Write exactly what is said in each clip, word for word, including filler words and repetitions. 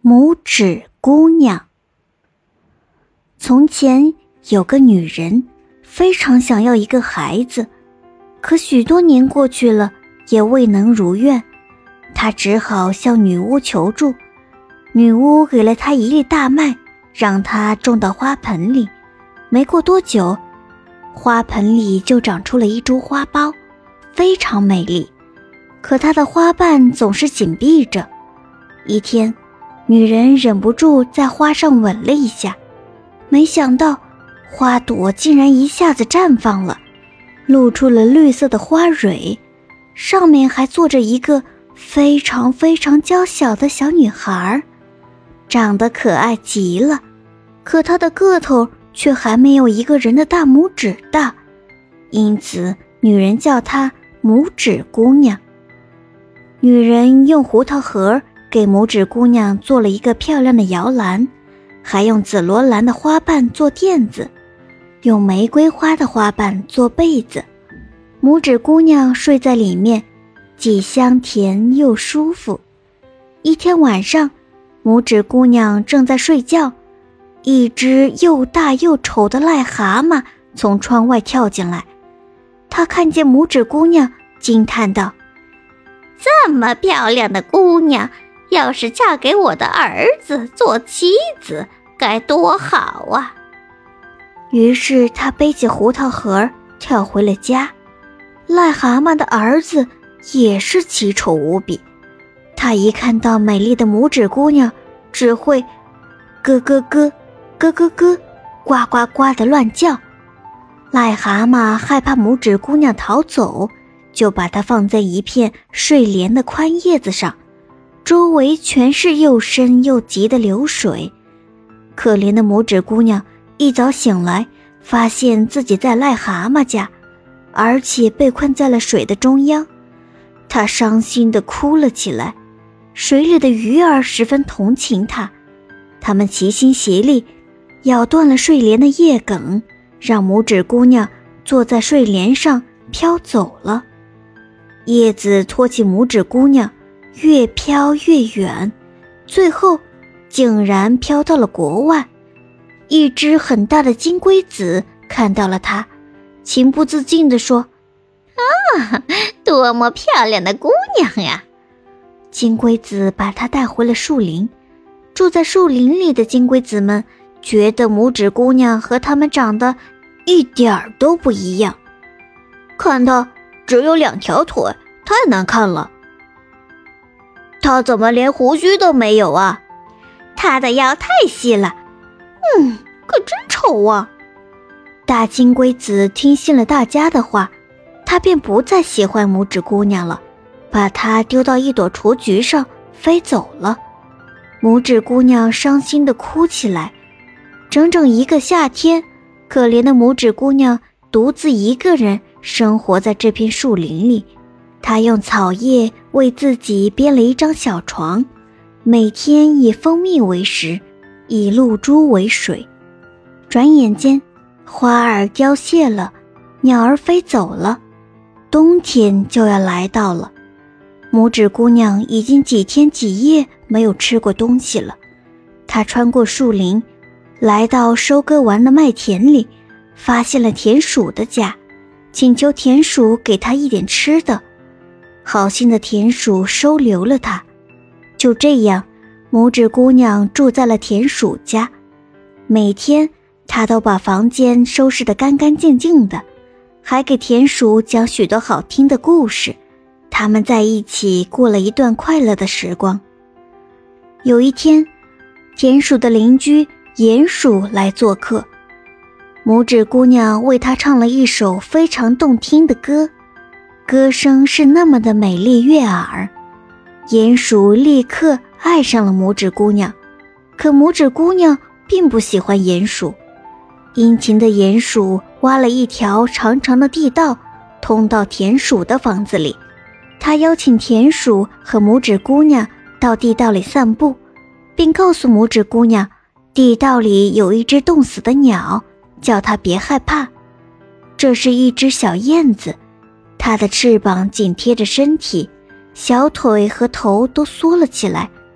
拇指姑娘。从前有个女人，非常想要一个孩子，可许多年过去了，也未能如愿。她只好向女巫求助，女巫给了她一粒大麦，让她种到花盆里。没过多久，花盆里就长出了一株花苞，非常美丽。可它的花瓣总是紧闭着。一天，女人忍不住在花上吻了一下，没想到花朵竟然一下子绽放了，露出了绿色的花蕊，上面还坐着一个非常非常娇小的小女孩，长得可爱极了，可她的个头却还没有一个人的大拇指大，因此女人叫她拇指姑娘。女人用胡桃核给拇指姑娘做了一个漂亮的摇篮，还用紫罗兰的花瓣做垫子，用玫瑰花的花瓣做被子。拇指姑娘睡在里面，既香甜又舒服。一天晚上，拇指姑娘正在睡觉，一只又大又丑的癞蛤蟆从窗外跳进来。她看见拇指姑娘，惊叹道： 这么漂亮的姑娘，要是嫁给我的儿子做妻子，该多好啊！ 于是她背起胡桃核跳回了家。癞蛤蟆的儿子也是奇丑无比，他一看到美丽的拇指姑娘，只会咯咯咯咯咯咯呱呱呱地乱叫。癞蛤蟆害怕拇指姑娘逃走，就把它放在一片睡莲的宽叶子上，周围全是又深又急的流水。可怜的拇指姑娘一早醒来，发现自己在癞蛤蟆家，而且被困在了水的中央。她伤心地哭了起来，水里的鱼儿十分同情她，他们齐心协力，咬断了睡莲的叶梗，让拇指姑娘坐在睡莲上飘走了。叶子托起拇指姑娘，越飘越远，最后竟然飘到了国外。一只很大的金龟子看到了它，情不自禁地说： 啊，多么漂亮的姑娘呀！ 金龟子把它带回了树林。住在树林里的金龟子们觉得拇指姑娘和它们长得一点儿都不一样，看她只有两条腿，太难看了。她怎么连胡须都没有啊？ 她的腰太细了，嗯，可真丑啊！ 大金龟子听信了大家的话，他便不再喜欢拇指姑娘了，把她丢到一朵雏菊上飞走了。拇指姑娘伤心地哭起来，整整一个夏天，可怜的拇指姑娘独自一个人生活在这片树林里。她用草叶为自己编了一张小床，每天以蜂蜜为食，以露珠为水。转眼间，花儿凋谢了，鸟儿飞走了，冬天就要来到了。拇指姑娘已经几天几夜没有吃过东西了。她穿过树林，来到收割完的麦田里，发现了田鼠的家，请求田鼠给她一点吃的。好心的田鼠收留了她。就这样，拇指姑娘住在了田鼠家。每天她都把房间收拾得干干净净的，还给田鼠讲许多好听的故事。他们在一起过了一段快乐的时光。有一天，田鼠的邻居鼹鼠来做客，拇指姑娘为他唱了一首非常动听的歌，歌声是那么的美丽悦耳。鼹鼠立刻爱上了拇指姑娘，可拇指姑娘并不喜欢鼹鼠。殷勤的鼹鼠挖了一条长长的地道，通到田鼠的房子里。他邀请田鼠和拇指姑娘到地道里散步，并告诉拇指姑娘，地道里有一只冻死的鸟，叫她别害怕。这是一只小燕子，它的翅膀紧贴着身体，小腿和头都缩了起来，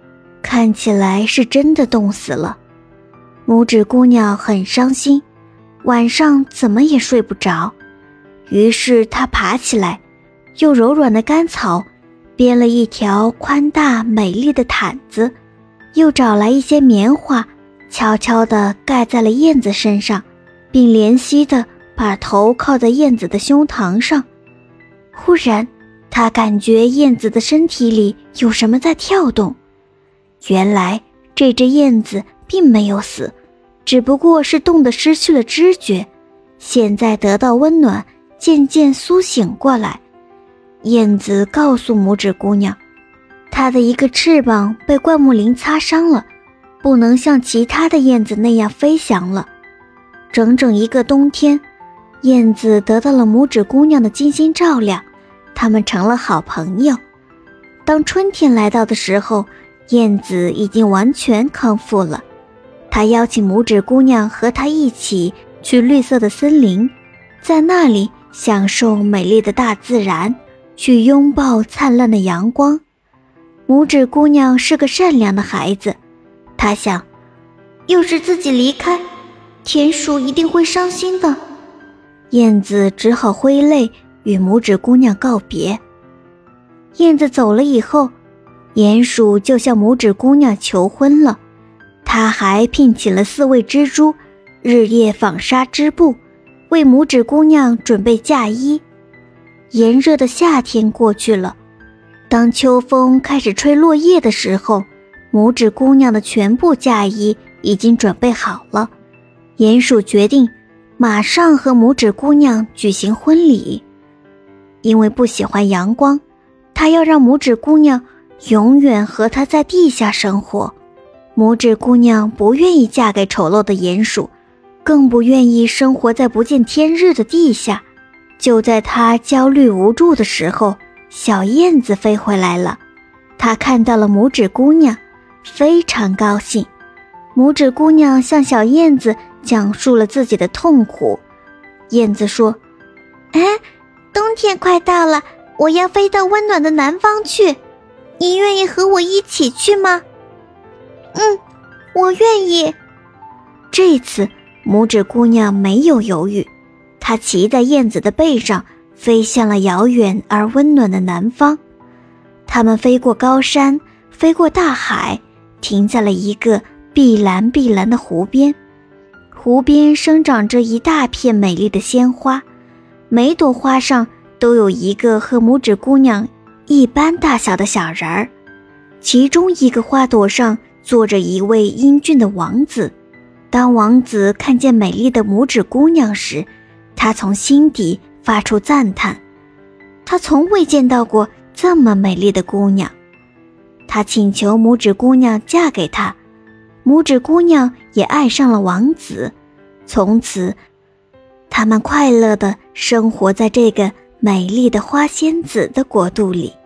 看起来是真的冻死了。拇指姑娘很伤心，晚上怎么也睡不着。于是她爬起来，用柔软的干草编了一条宽大美丽的毯子，又找来一些棉花，悄悄地盖在了燕子身上，并怜惜地把头靠在燕子的胸膛上。忽然，她感觉燕子的身体里有什么在跳动。原来这只燕子并没有死，只不过是冻得失去了知觉，现在得到温暖，渐渐苏醒过来。燕子告诉拇指姑娘，她的一个翅膀被灌木林擦伤了，不能像其他的燕子那样飞翔了。整整一个冬天，燕子得到了拇指姑娘的精心照料，她们成了好朋友。当春天来到的时候，燕子已经完全康复了。她邀请拇指姑娘和她一起去绿色的森林，在那里享受美丽的大自然，去拥抱灿烂的阳光。拇指姑娘是个善良的孩子，她想，要是自己离开，田鼠一定会伤心的。燕子只好挥泪与拇指姑娘告别。燕子走了以后，鼹鼠就向拇指姑娘求婚了。他还聘请了四位蜘蛛，日夜纺纱织布，为拇指姑娘准备嫁衣。炎热的夏天过去了，当秋风开始吹落叶的时候，拇指姑娘的全部嫁衣已经准备好了。鼹鼠决定马上和拇指姑娘举行婚礼。因为不喜欢阳光，他要让拇指姑娘永远和他在地下生活。拇指姑娘不愿意嫁给丑陋的鼹鼠，更不愿意生活在不见天日的地下。就在她焦虑无助的时候，小燕子飞回来了。她看到了拇指姑娘，非常高兴。拇指姑娘向小燕子讲述了自己的痛苦。燕子说， 哎，冬天快到了，我要飞到温暖的南方去，你愿意和我一起去吗？嗯，我愿意。 这次拇指姑娘没有犹豫，她骑在燕子的背上，飞向了遥远而温暖的南方。他们飞过高山，飞过大海，停在了一个碧蓝碧蓝的湖边。湖边生长着一大片美丽的鲜花，每朵花上都有一个和拇指姑娘一般大小的小人儿。其中一个花朵上坐着一位英俊的王子。当王子看见美丽的拇指姑娘时，他从心底发出赞叹，他从未见到过这么美丽的姑娘。他请求拇指姑娘嫁给他，拇指姑娘也爱上了王子。从此，他们快乐地生活在这个美丽的花仙子的国度里。